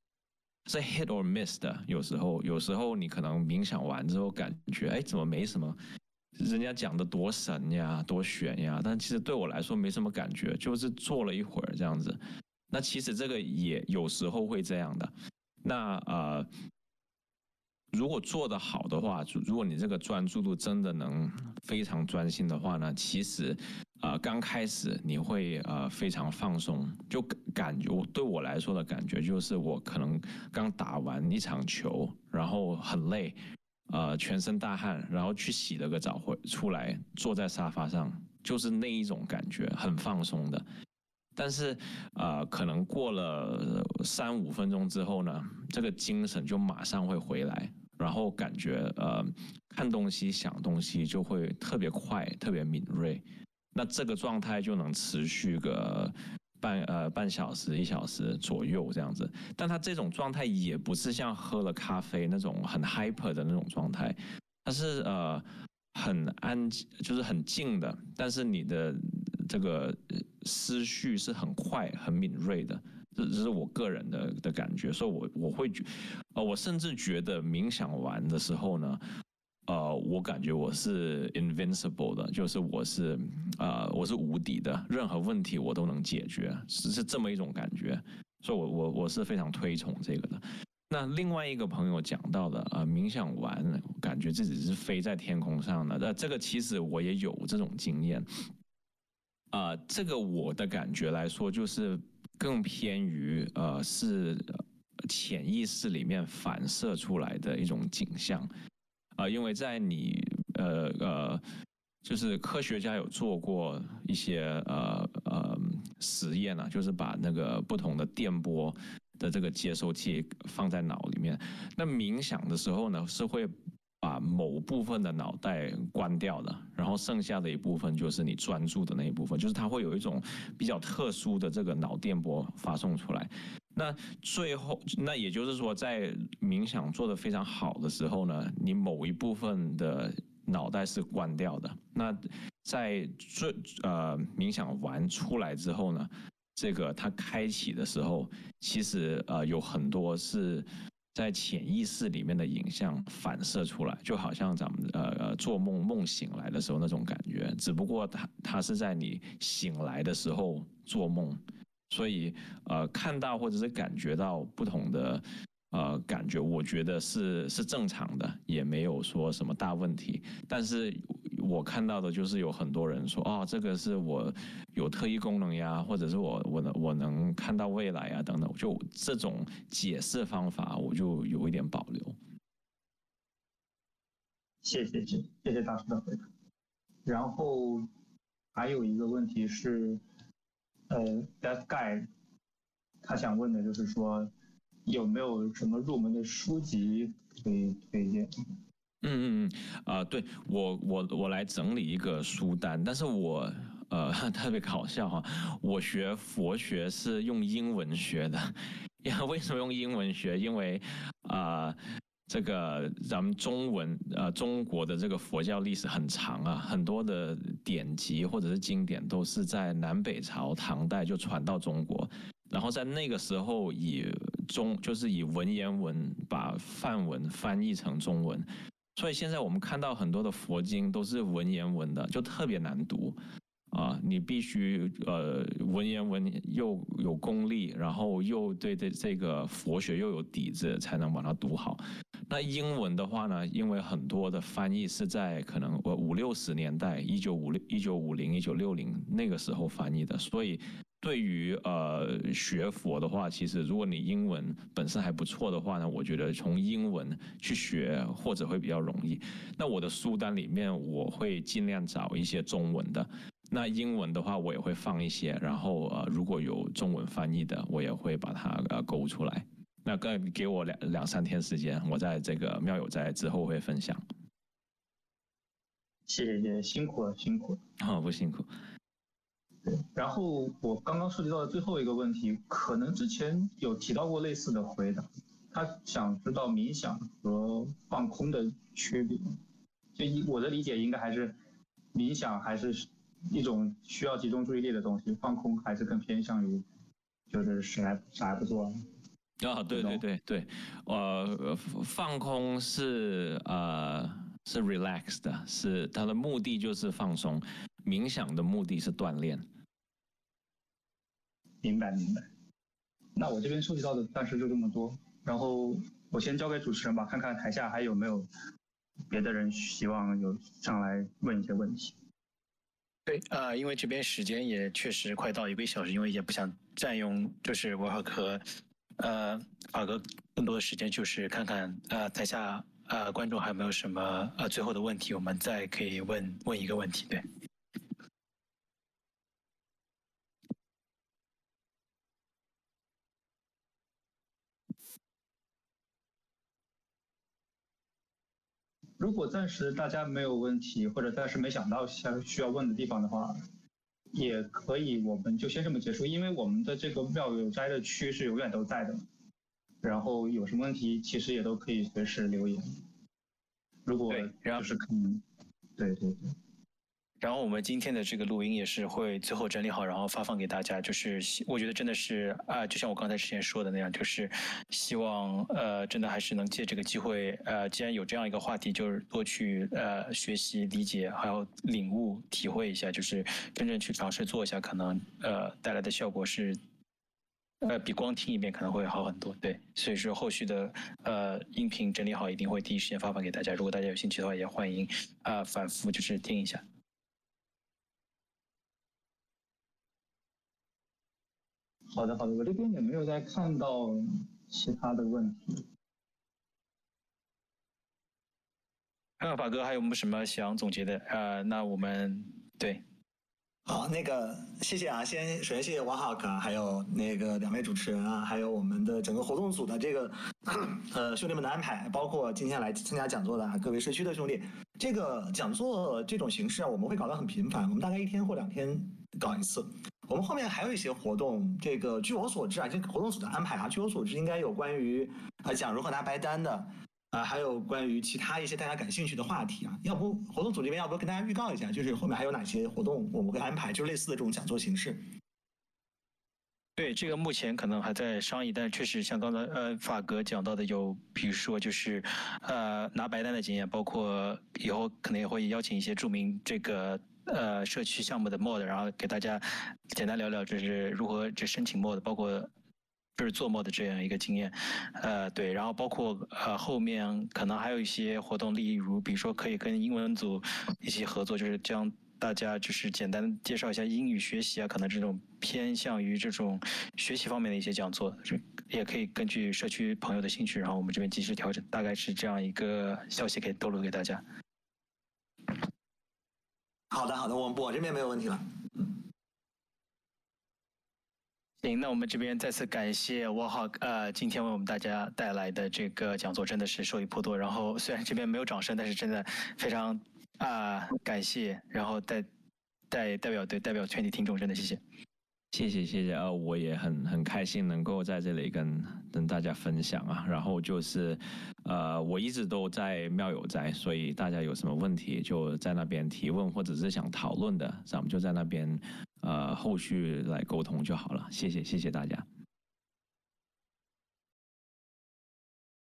hit or miss 的，有时候你可能冥想完之后感觉，哎，怎么没什么？人家讲的多神呀，多玄呀，但其实对我来说没什么感觉，就是坐了一会儿这样子。那其实这个也有时候会这样的。那如果做得好的话，如果你这个专注度真的能非常专心的话呢，其实刚开始你会非常放松，就感觉对我来说的感觉就是我可能刚打完一场球，然后很累，全身大汗，然后去洗了个澡出来，坐在沙发上，就是那一种感觉，很放松的。但是可能过了3-5分钟之后呢，这个精神就马上会回来，然后感觉看东西想东西就会特别快，特别敏锐。那这个状态就能持续个半小时1小时左右这样子。但它这种状态也不是像喝了咖啡那种很 hyper 的那种状态，它是很安静，就是很静的，但是你的这个思绪是很快很敏锐的。这是我个人的感觉，所以我会我甚至觉得冥想完的时候呢，我感觉我是 invincible 的，就是我是无敌的，任何问题我都能解决，是这么一种感觉。所以我是非常推崇这个的。那另外一个朋友讲到的冥想完感觉自己是飞在天空上的，这个其实我也有这种经验。这个我的感觉来说，就是更偏于是潜意识里面反射出来的一种景象。因为在你就是科学家有做过一些实验啊，就是把那个不同的电波的这个接收器放在脑里面，那冥想的时候呢，是会把某部分的脑袋关掉的，然后剩下的一部分就是你专注的那一部分，就是它会有一种比较特殊的这个脑电波发送出来。那最后，那也就是说，在冥想做得非常好的时候呢，你某一部分的脑袋是关掉的。那在冥想完出来之后呢，这个它开启的时候，其实有很多是在潜意识里面的影像反射出来，就好像咱们做梦醒来的时候那种感觉，只不过它是在你醒来的时候做梦。所以看到或者是感觉到不同的感觉，我觉得是正常的，也没有说什么大问题。但是我看到的就是有很多人说，这个是我有特异功能呀，或者是我能看到未来啊等等，就这种解释方法我就有一点保留。 谢谢大师的回答。然后还有一个问题是，That Guy 他想问的就是说，有没有什么入门的书籍可以推荐？ 对，我来整理一个书单，但是我特别搞笑哈，我学佛学是用英文学的。为什么用英文学？因为这个咱们中国的这个佛教历史很长啊，很多的典籍或者是经典都是在南北朝唐代就传到中国，然后在那个时候就是以文言文把梵文翻译成中文，所以现在我们看到很多的佛经都是文言文的，就特别难读。你必须文言文又有功力，然后又对这个佛学又有底子，才能把它读好。那英文的话呢，因为很多的翻译是在可能50-60年代，1950、1960那个时候翻译的，所以对于学佛的话，其实如果你英文本身还不错的话呢，我觉得从英文去学或者会比较容易。那我的书单里面我会尽量找一些中文的。那英文的话，我也会放一些，然后如果有中文翻译的，我也会把它勾出来。那给我2-3天时间，我在这个妙有在之后会分享。 谢谢，辛苦了。 不辛苦。 对，然后我刚刚涉及到的最后一个问题，可能之前有提到过类似的回答，他想知道冥想和放空的区别。就我的理解，应该还是冥想还是一种需要集中注意力的东西，放空还是更偏向于就是啥也不做。 对，放空是relax 的，是它的目的就是放松，冥想的目的是锻炼。 明白。那我这边收集到的暂时就这么多，然后我先交给主持人吧，看看台下还有没有别的人希望有上来问一些问题。 对，因为这边时间也确实快到1个小时，因为也不想占用就是我和法哥更多的时间，就是看看台下观众还有没有什么最后的问题，我们再可以问一个问题。对。 如果暂时大家没有问题，或者暂时没想到需要问的地方的话，也可以，我们就先这么结束。因为我们的这个妙有斋的区是永远都在的，然后有什么问题其实也都可以随时留言。如果就是对。 然后我们今天的这个录音也是会最后整理好，然后发放给大家。就是我觉得真的是就像我刚才之前说的那样，就是希望真的还是能借这个机会既然有这样一个话题，就是多去学习、理解，还有领悟、体会一下，就是真正去尝试做一下，可能带来的效果是比光听一遍可能会好很多。对，所以说后续的音频整理好，一定会第一时间发放给大家。如果大家有兴趣的话，也欢迎反复就是听一下。 好的，我这边也没有再看到其他的问题。 看看法哥还有没有什么想总结的？那我们对。 好，那个谢谢啊，首先谢谢王浩克，还有那个2位主持人啊，还有我们的整个活动组的这个兄弟们的安排，包括今天来参加讲座的各位社区的兄弟。这个讲座这种形式啊，我们会搞得很频繁，我们大概1天或2天搞一次。我们后面还有一些活动，这个据我所知啊，这个活动组的安排啊，据我所知应该有关于讲如何拿白单的。还有关于其他一些大家感兴趣的话题啊，要不活动组这边要不要跟大家预告一下，就是后面还有哪些活动我们会安排，就是类似的这种讲座形式。 对，这个目前可能还在商议，但是确实像刚才法哥讲到的有，比如说就是拿白单的经验，包括以后可能也会邀请一些著名这个社区项目的 mod， 然后给大家简单聊聊就是如何申请 mod， 包括就是做 mod 这样一个经验。对，然后包括后面可能还有一些活动，例如比如说可以跟英文组一起合作，就是将大家就是简单介绍一下英语学习啊，可能这种偏向于这种学习方面的一些讲座，也可以根据社区朋友的兴趣，然后我们这边及时调整，大概是这样一个消息可以透露给大家。 好的，我这边没有问题了。 行，那我们这边再次感谢Warhawk今天为我们大家带来的这个讲座，真的是受益颇多。然后虽然这边没有掌声，但是真的非常感谢，然后代表全体听众，真的谢谢。 谢谢我也很开心能够在这里跟大家分享啊。然后就是我一直都在妙有斋，所以大家有什么问题就在那边提问，或者是想讨论的，咱们就在那边后续来沟通就好了。谢谢大家。